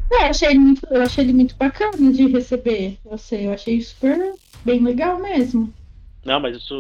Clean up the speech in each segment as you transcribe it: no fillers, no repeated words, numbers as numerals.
Eu achei ele muito bacana de receber você. Eu achei super bem legal mesmo. Não,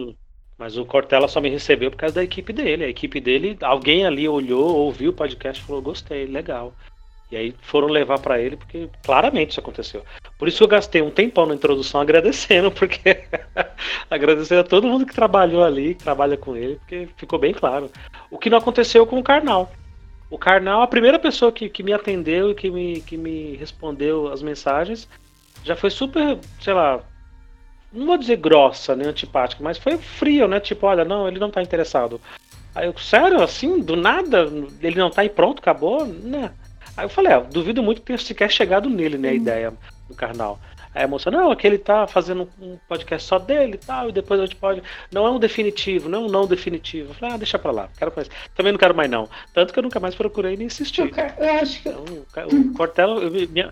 mas o Cortella só me recebeu por causa da equipe dele. A equipe dele, alguém ali olhou, ouviu o podcast e falou: gostei, legal. E aí foram levar pra ele, porque claramente isso aconteceu. Por isso eu gastei um tempão na introdução agradecendo, porque agradecendo a todo mundo que trabalhou ali, que trabalha com ele, porque ficou bem claro. O que não aconteceu com o Karnal. O Karnal, a primeira pessoa que me atendeu e que me respondeu as mensagens, já foi super, sei lá, não vou dizer grossa, nem antipática, mas foi frio, né? Tipo, olha, não, ele não tá interessado. Aí eu, sério, assim, do nada, ele não tá aí pronto, acabou, né? Aí eu falei, duvido muito que tenha sequer chegado nele, né, a Sim. ideia do Karnal. Aí a moça, não, é que ele tá fazendo um podcast só dele e tal, e depois a gente pode. Não é um definitivo, não é um não definitivo. Eu falei, deixa pra lá, quero mais. Também não quero mais não. Tanto que eu nunca mais procurei nem insistir. Eu acho que Então, o Cortella,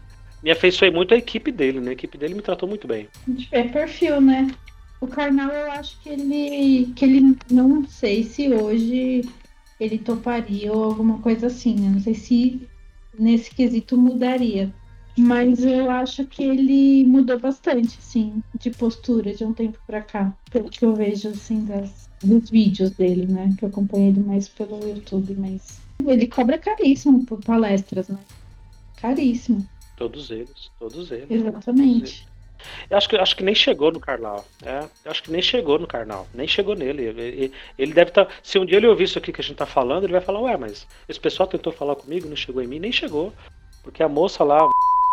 me afeiçoei muito à equipe dele, né? A equipe dele me tratou muito bem. é perfil, né? O Karnal, eu acho que ele não sei se hoje ele toparia ou alguma coisa assim, né? Não sei se nesse quesito mudaria. Mas eu acho que ele mudou bastante, assim, de postura de um tempo pra cá, pelo que eu vejo, assim, dos vídeos dele, né? Que eu acompanho ele mais pelo YouTube, mas ele cobra caríssimo por palestras, né? Caríssimo, Todos eles, todos eles, todos eles. exatamente. Acho que nem chegou no Karnal. Eu acho que nem chegou no Karnal. Nem chegou nele. Ele deve estar. Se um dia ele ouvir isso aqui que a gente tá falando, ele vai falar, ué, mas esse pessoal tentou falar comigo, não chegou em mim, nem chegou. Porque a moça lá,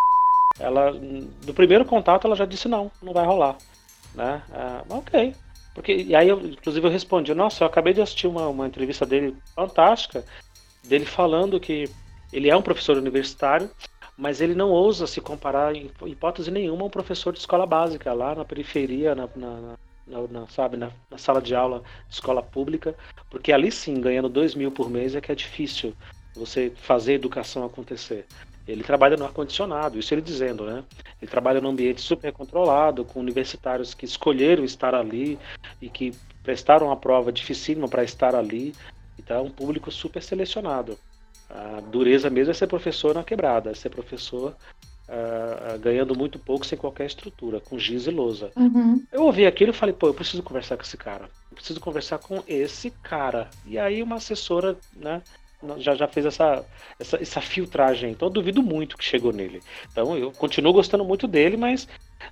ela. No primeiro contato ela já disse não, não vai rolar. Né? Ok. Porque, e aí, inclusive, eu respondi, nossa, eu acabei de assistir uma entrevista dele fantástica, dele falando que ele é um professor universitário, mas ele não ousa se comparar em hipótese nenhuma a um professor de escola básica, lá na periferia, sabe, na sala de aula de escola pública, porque ali sim, ganhando 2.000 por mês é que é difícil você fazer a educação acontecer. Ele trabalha no ar-condicionado, isso ele dizendo, né? Ele trabalha num ambiente super controlado, com universitários que escolheram estar ali e que prestaram a prova dificílima para estar ali. Então é um público super selecionado. A dureza mesmo é ser professor na quebrada, é ser professor ganhando muito pouco sem qualquer estrutura, com giz e lousa. Uhum. Eu ouvi aquilo e falei, pô, eu preciso conversar com esse cara. Eu preciso conversar com esse cara. E aí uma assessora, né, já fez essa filtragem. Então eu duvido muito que chegou nele. Então eu continuo gostando muito dele, mas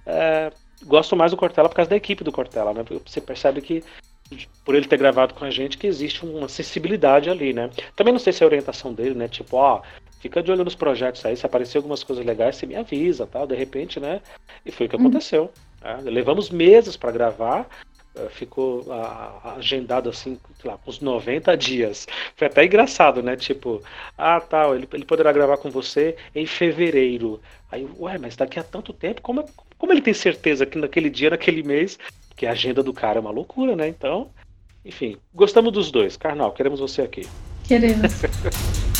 gosto mais do Cortella por causa da equipe do Cortella, né? Você percebe que por ele ter gravado com a gente, que existe uma sensibilidade ali, né? Também não sei se é a orientação dele, né? Tipo, fica de olho nos projetos aí, se aparecer algumas coisas legais, você me avisa, tal, de repente, né? E foi o que Uhum. aconteceu. Né? Levamos meses para gravar, ficou agendado assim, sei lá, uns 90 dias. Foi até engraçado, né? Tipo, tal, ele poderá gravar com você em fevereiro. Aí, ué, mas daqui a tanto tempo, como ele tem certeza que naquele dia, naquele mês, porque a agenda do cara é uma loucura, né? Então, enfim, gostamos dos dois. Karnal, queremos você aqui. Queremos.